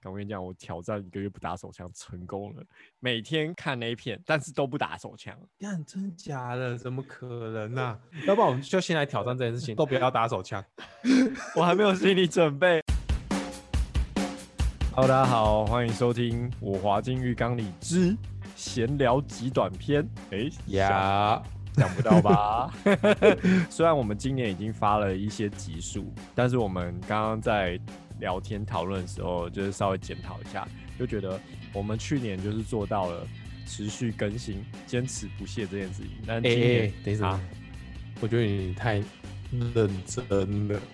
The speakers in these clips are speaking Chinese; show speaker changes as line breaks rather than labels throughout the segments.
我跟你讲，我挑战1个月不打手枪成功了，每天看 A 片，但是都不打手枪。
干，真假的？怎么可能啊？要不然我们就先来挑战这件事情，都不要打手枪。
我还没有心理准备。Hello， 大家好，欢迎收听我滑进浴缸里之闲聊极短篇。想不到吧？虽然我们今年已经发了一些集数，但是我们刚刚在聊天讨论的时候，就是稍微检讨一下，就觉得我们去年就是做到了持续更新、坚持不懈这件事情。但今年，
等一下，我觉得你太认真了。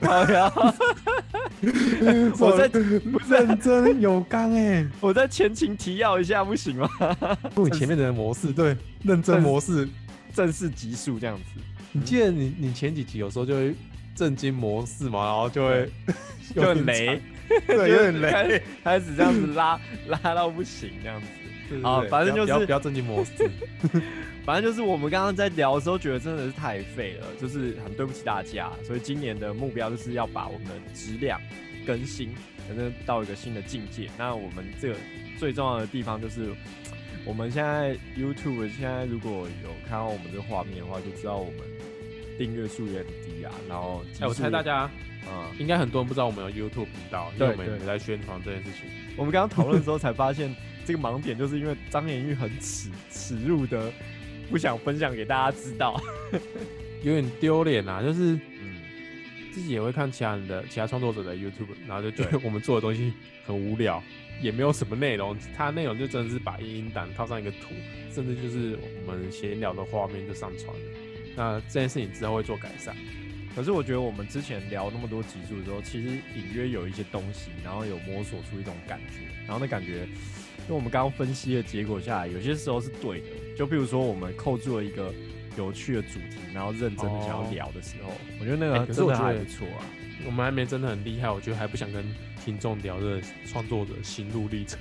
我在
不认真有刚
我在前情提要一下，不行吗？
录你前面的模式，对，认真模式。
正式集数这样子，
你记得你前几集有时候就会正经模式嘛，然后就会
就很雷，
对，有点雷，
开始这样子拉到不行这样子。好，反正就是
不要正经模式。
反正就是我们刚刚在聊的时候，觉得真的是太废了，就是很对不起大家。所以今年的目标就是要把我们的质量更新，可能到一个新的境界。那我们这个最重要的地方就是。我们现在 YouTube 现在如果有看到我们这画面的话，就知道我们订阅数也很低啊。然后，
我猜大家，应该很多人不知道我们有 YouTube 频道，因为我们也在宣传这件事情。
我们刚刚讨论的时候才发现，这个盲点就是因为张妍玉很耻辱的不想分享给大家知道，
有点丢脸啊。就是自己也会看其他创作者的 YouTube， 然后就觉得我们做的东西很无聊。也没有什么内容，它内容就真的是把音档套上一个图，甚至就是我们闲聊的画面就上传了。那这件事情之后会做改善。
可是我觉得我们之前聊那么多集数的时候，其实隐约有一些东西，然后有摸索出一种感觉，然后那感觉，因为我们刚刚分析的结果下来，有些时候是对的。就比如说我们扣住了一个有趣的主题，然后认真的想要聊的时候，我觉得那个真的还不错啊。
我们还没真的很厉害，我觉得还不想跟听众聊这创作者心路历程。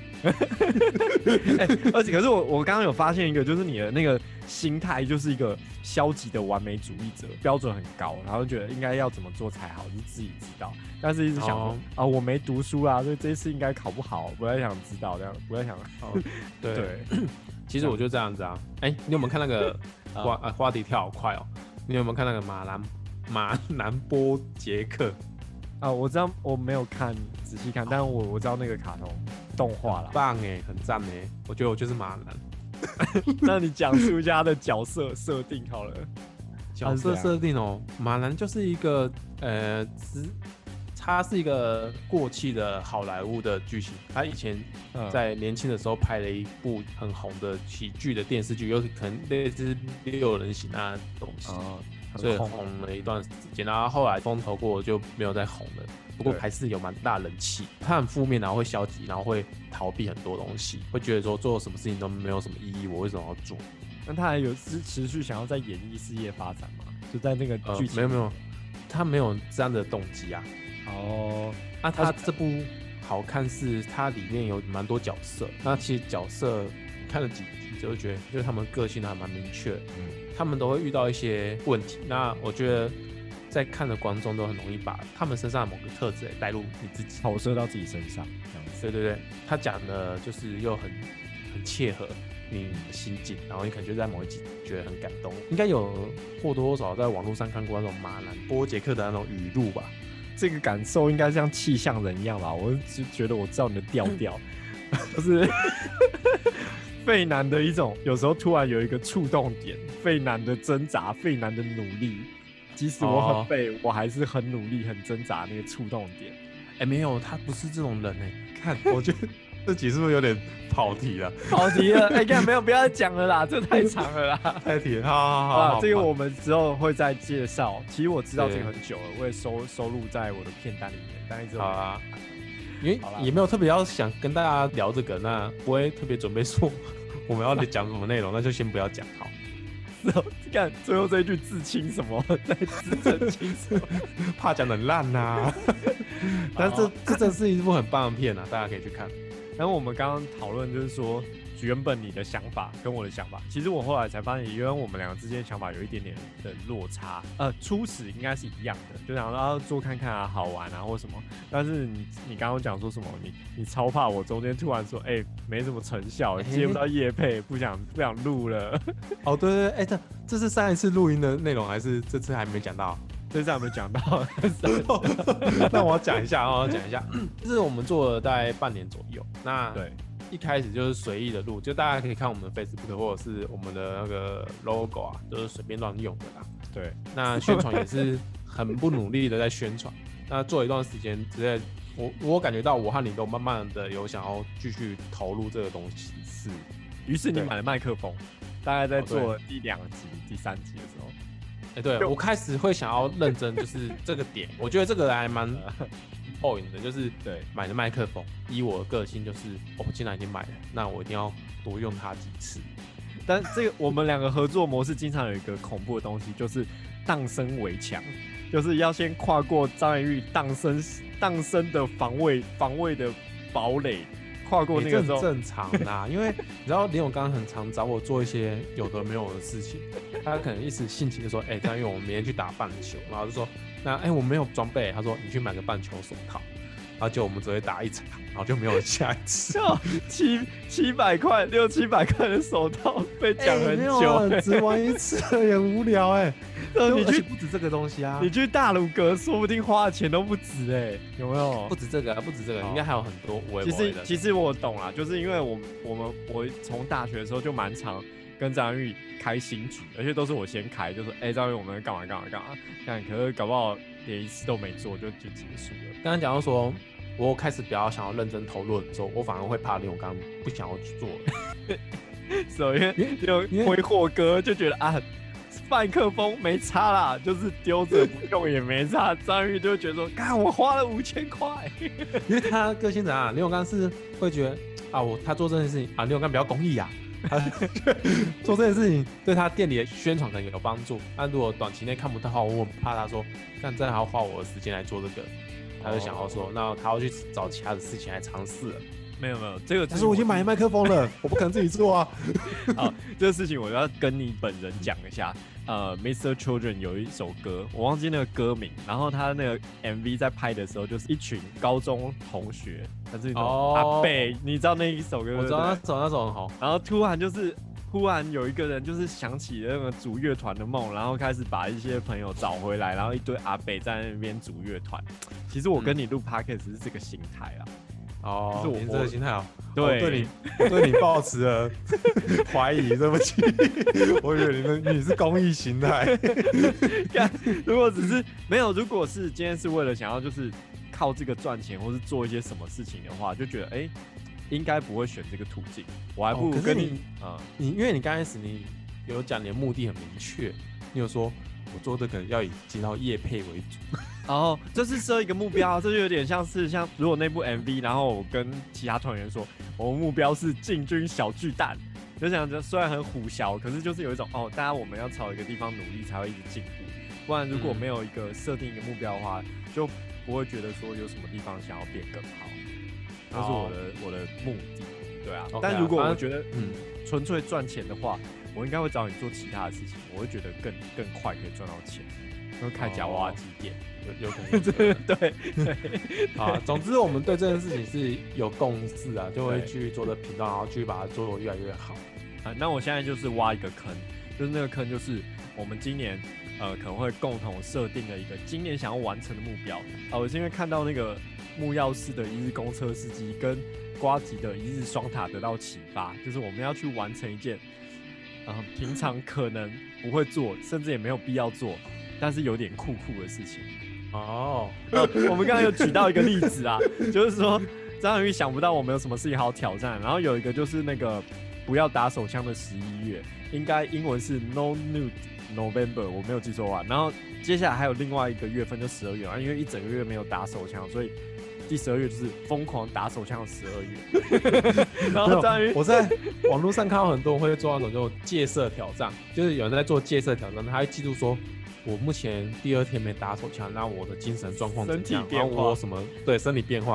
而且可是我刚刚有发现一个，就是你的那个心态就是一个消极的完美主义者，标准很高，然后觉得应该要怎么做才好，就自己知道，但是一直想说我没读书啦，所以这一次应该考不好，不太想知道这样，不太想。对，
其实我就这样子啊。你有没有看那个花迪跳好快哦？你有没有看那个马南波杰克？
我知道，我没有看仔细看，但我知道那个卡通动画啦，
棒很赞我觉得我就是马南。
那你讲述一下他的角色设定好了。
角色设定马南就是一个他是一个过气的好莱坞的巨星，他以前在年轻的时候拍了一部很红的喜剧的电视剧，有可能类似6人行啊东西。所以红了一段时间，然后后来风头过就没有再红了。不过还是有蛮大人气。他很负面，然后会消极，然后会逃避很多东西，会觉得说做什么事情都没有什么意义，我为什么要做？
那他还有持续想要在演艺事业发展吗？就在那个剧情
没有，他没有这样的动机啊。他这部好看是它里面有蛮多角色，那其实角色看了几集就会觉得，就是他们个性还蛮明确的。他们都会遇到一些问题，那我觉得在看的观众都很容易把他们身上的某个特质带入你自己，
投射到自己身上。
对，他讲的就是又很切合你的心境，然后你可能就在某一集觉得很感动。应该有或多或少在网络上看过那种马南波杰克的那种语录吧？
这个感受应该像气象人一样吧？我就觉得我知道你的调调，就是费南的一种，有时候突然有一个触动点，费南的挣扎，费南的努力，即使我很废，我还是很努力、很挣扎那个触动点。
没有，他不是这种人看，我觉得这集是不是有点跑题了？
看没有，不要再讲了啦，这太长了啦，
太题了。好，
这个我们之后会再介绍。其实我知道这个很久了，我也收录在我的片单里面，但一直
好啊。因为也没有特别要想跟大家聊这个，那不会特别准备说我们要讲什么内容，那就先不要讲好。
看最后这一句自清什么，在自证清什么，
怕讲得很烂呐。但是这真是一部很棒的片啊，大家可以去看。
然后我们刚刚讨论就是说， 原本你的想法跟我的想法，其实我后来才发现，原来我们两个之间的想法有一点点的落差。初始应该是一样的，就想说做看看啊，好玩啊或什么。但是你刚刚讲说什么？你超怕我中间突然说，没什么成效，接不到业配，不想录了。
哦，对对对，这是上一次录音的内容，还是这次还没讲到？
这次还没讲到。
那我要讲一下，就是我们做了大概半年左右。那
对。
一开始就是随意的录，就大家可以看我们的 Facebook 或者是我们的那个 logo 啊，就是随便乱用的啦。
对，
那宣传也是很不努力的在宣传。那做一段时间之内，我感觉到我和你都慢慢的有想要继续投入这个东西。
是，于是你买了麦克风，大概在做第2集、第3集的时候，
对我开始会想要认真，就是这个点，我觉得这个还蛮。point 的就是
对
买的麦克风，以我的个性就是我既然已经买了，那我一定要多用它几次。
但这个我们两个合作模式经常有一个恐怖的东西，就是荡生围墙，就是要先跨过张元玉荡生的防卫的堡垒，跨过那个之后，
正常啦，因为你知道林永刚很常找我做一些有的没有的事情，他可能一时兴起就说，张元玉我们明天去打棒球，然后就说。那我没有装备，他说你去买个棒球手套，然后就我们只会打1场，然后就没有下一次。
700块，600-700块的手套被讲很久，
只玩1次也无聊你去不止这个东西啊，
你去大鲁阁说不定花的钱都不止有没有？
不止这个，应该还有很多。
其实我懂啦，就是因为我从大学的时候就蛮常跟张元玉开新局，而且都是我先开，就说张元玉我们干嘛，可是搞不好连1次都没做就结束了。
刚刚讲到说，我开始比较想要认真投入的时候，我反而会怕林永刚不想要去做
了。因为挥霍哥就觉得麦克风没差啦，就是丢着不用也没差。张元玉就会觉得说，干我花了5000块，
因为他个性怎样？林永刚是会觉得他做这件事情林永刚比较公益啊。做这件事情对他店里的宣传可能有帮助，但如果短期内看不到的话，我很怕他说，但真的还要花我的时间来做这个，他就想要说，那他要去找其他的事情来尝试了。
没有，这个
但是我已经买麦克风了，我不可能自己做啊。
好，这个事情我要跟你本人讲一下。Mr. Children 有一首歌，我忘记那个歌名，然后他那个 MV 在拍的时候，就是一群高中同学，但是那种阿伯，你知道那一首歌？
我知道那首很好。
然后忽然有一个人就是想起那个组乐团的梦，然后开始把一些朋友找回来，然后一堆阿伯在那边组乐团。其实我跟你录 podcast 是这个心态啦。
你这个心态
对，
我对你抱持了怀疑，对不起，我以为你是公益心态。
如果是今天是为了想要就是靠这个赚钱，或是做一些什么事情的话，就觉得应该不会选这个途径。我还不如跟你
因为你刚开始你有讲你的目的很明确，你有说我做这个要以接到业配为主。
这是设一个目标，这就有点像如果那部 MV， 然后我跟其他团员说，我们目标是进军小巨蛋，就想着虽然很虎小，可是就是有一种大家我们要朝一个地方努力才会一直进步，不然如果没有一个设定一个目标的话，就不会觉得说有什么地方想要变更好，那是我的目的，对啊。但如果我觉得纯粹赚钱的话，我应该会找你做其他的事情，我会觉得更快可以赚到钱，会开夹娃娃机店。
有可能
对
总之我们对这件事情是有共识啊，就会去做的频道，然后去把它做得越来越好。
那我现在就是挖一个坑，就是那个坑就是我们今年可能会共同设定的一个今年想要完成的目标。我是因为看到那个木曜市的一日公车司机跟呱吉的一日双塔得到启发，就是我们要去完成一件平常可能不会做，甚至也没有必要做，但是有点酷的事情。我们刚刚有举到一个例子啊，就是说张元玉想不到我们有什么事情好挑战，然后有一个就是那个不要打手枪的11月，应该英文是 No Nude November， 我没有记错吧？然后接下来还有另外一个月份就12月啊，因为一整个月没有打手枪，所以第12月就是疯狂打手枪的12月。然后张元玉，
我在网络上看到很多人会做那种就戒色挑战，就是有人在做戒色挑战，他会记录说，我目前第2天没打手枪，那我的精神状况怎样？然后我什么身体变化？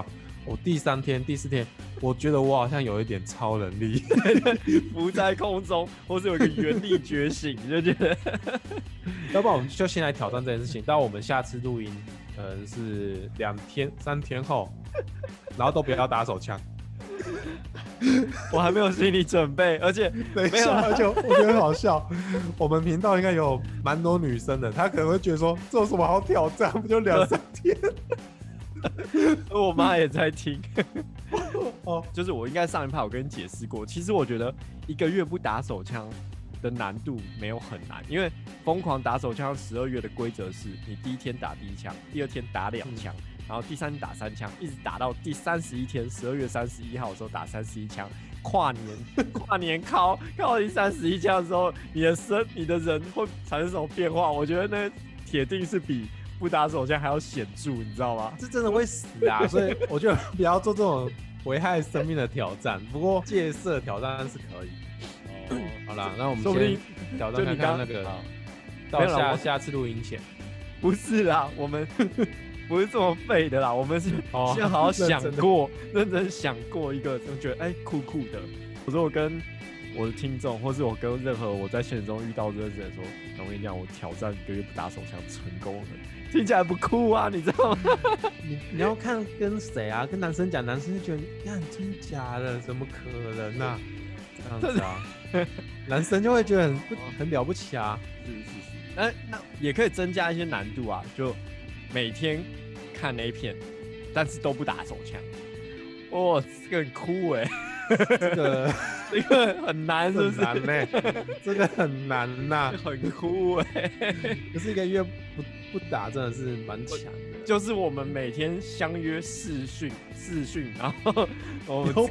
我第3天、第4天，我觉得我好像有一点超能力，
浮在空中，或是有一个原力觉醒，就觉得。
要不然我们就先来挑战这件事情，到我们下次录音可能是2天、3天后，然后都不要打手枪。
我还没有心理准备，而且
等一下，而且我觉得很好笑。我们频道应该有蛮多女生的，她可能会觉得说，这有什么好挑战？不就2、3天？
我妈也在听。就是我应该上一趴我跟你解释过，其实我觉得1个月不打手枪的难度没有很难，因为疯狂打手枪12月的规则是，你第1天打第1枪，第2天打2枪。然后第3天打3枪，一直打到第31天，12月31号的时候打31枪，跨年靠第31枪的时候，你的人会产生什么变化？我觉得那铁定是比不打手枪还要显著，你知道吗？
这真的会死啊！所以我觉得不要做这种危害生命的挑战。不过戒色挑战是可以。好啦，那我们先挑战看看那个，到下次录音前。
不是啦，我们。不是这么废的啦，我们是先好好想过，认真想过一个，就觉得酷酷的。我说我跟我的听众，或是我跟任何我在现实中遇到认识的人说，我跟你讲，我挑战1个月不打手枪成功了，听起来不酷啊，你知道吗？
你要看跟谁啊？跟男生讲，男生就觉得呀，真假的，怎么可能啊？这样子啊，男生就会觉得很了不起啊。
是，那也可以增加一些难度啊，就。每天看 A 片，但是都不打手枪，这个很酷这个很难，是不是？
很难这个很难呐，
很酷
可是1个月不打真的是蛮强的。
就是我们每天相约视讯，然后我们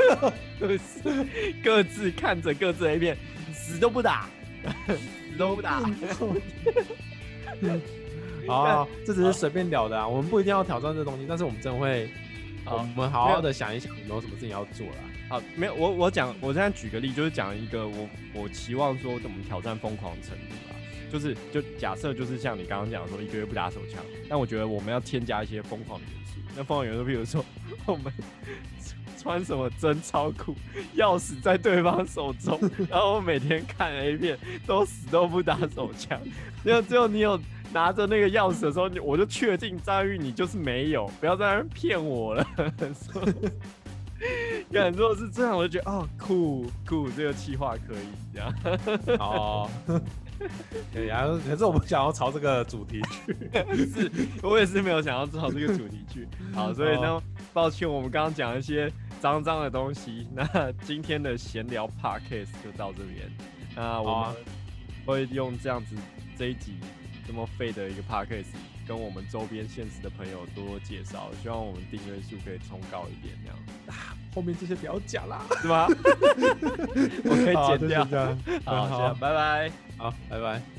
各自看着各自的 A 片，死都不打，死都不打。
这只是随便聊的啊，我们不一定要挑战这东西，但是我们真的会，我们好好的想一想有没有什么事情要做啦。
好，没有，我现在举个例，就是讲一个我期望说我们挑战疯狂程度啦，就假设就是像你刚刚讲说1个月不打手枪，但我觉得我们要添加一些疯狂的元素。那疯狂元素，比如说我们穿什么贞操裤，钥匙在对方手中，然后我每天看 A 片都死都不打手枪，只有你有。拿着那个钥匙的时候，我就确定张玉你就是没有，不要在那边骗我了。如果是这样，我就觉得酷，这个企划可以这样。
对啊，可是我不想要朝这个主题去。
是，我也是没有想要朝这个主题去。好，所以呢，抱歉，我们刚刚讲一些脏的东西。那今天的闲聊 podcast 就到这边。那我们会用这样子这一集。这么废的一个 podcast 跟我们周边现实的朋友多介绍，希望我们订阅数可以冲高一点，这样
后面这些不要讲啦，
是吗？我可以剪掉。
好，
好，拜拜。
好，拜拜。